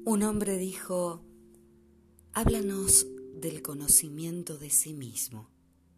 Un hombre dijo: háblanos del conocimiento de sí mismo.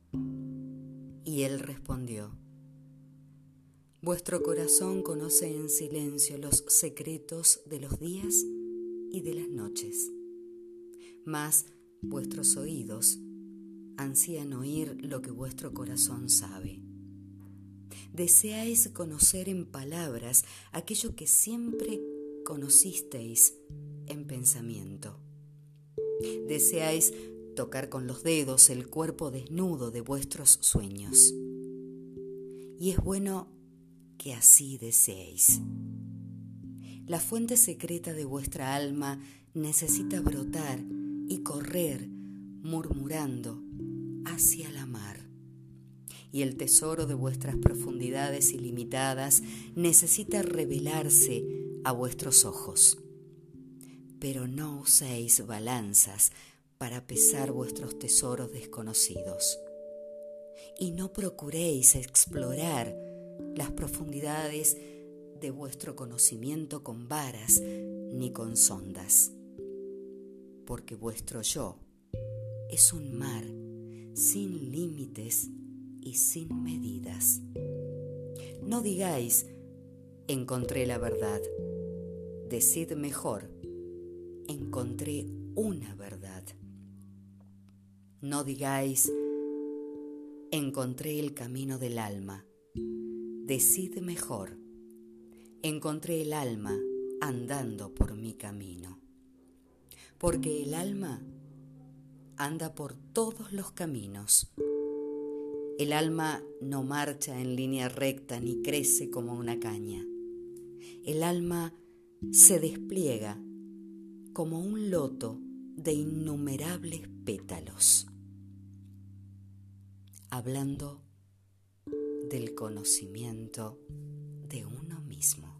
Y él respondió: vuestro corazón conoce en silencio los secretos de los días y de las noches, mas vuestros oídos ansían oír lo que vuestro corazón sabe. Deseáis conocer en palabras aquello que siempre conocisteis en pensamiento. Deseáis tocar con los dedos el cuerpo desnudo de vuestros sueños. Y es bueno que así deseéis. La fuente secreta de vuestra alma necesita brotar y correr murmurando hacia la mar. Y el tesoro de vuestras profundidades ilimitadas necesita revelarse a vuestros ojos. Pero no uséis balanzas para pesar vuestros tesoros desconocidos. Y no procuréis explorar las profundidades de vuestro conocimiento con varas ni con sondas, porque vuestro yo es un mar sin límites y sin medidas. No digáis: encontré la verdad. Decid mejor: encontré una verdad. No digáis: encontré el camino del alma. Decid mejor: encontré el alma andando por mi camino. Porque el alma anda por todos los caminos. El alma no marcha en línea recta ni crece como una caña. El alma se despliega como un loto de innumerables pétalos. Hablando del conocimiento de uno mismo.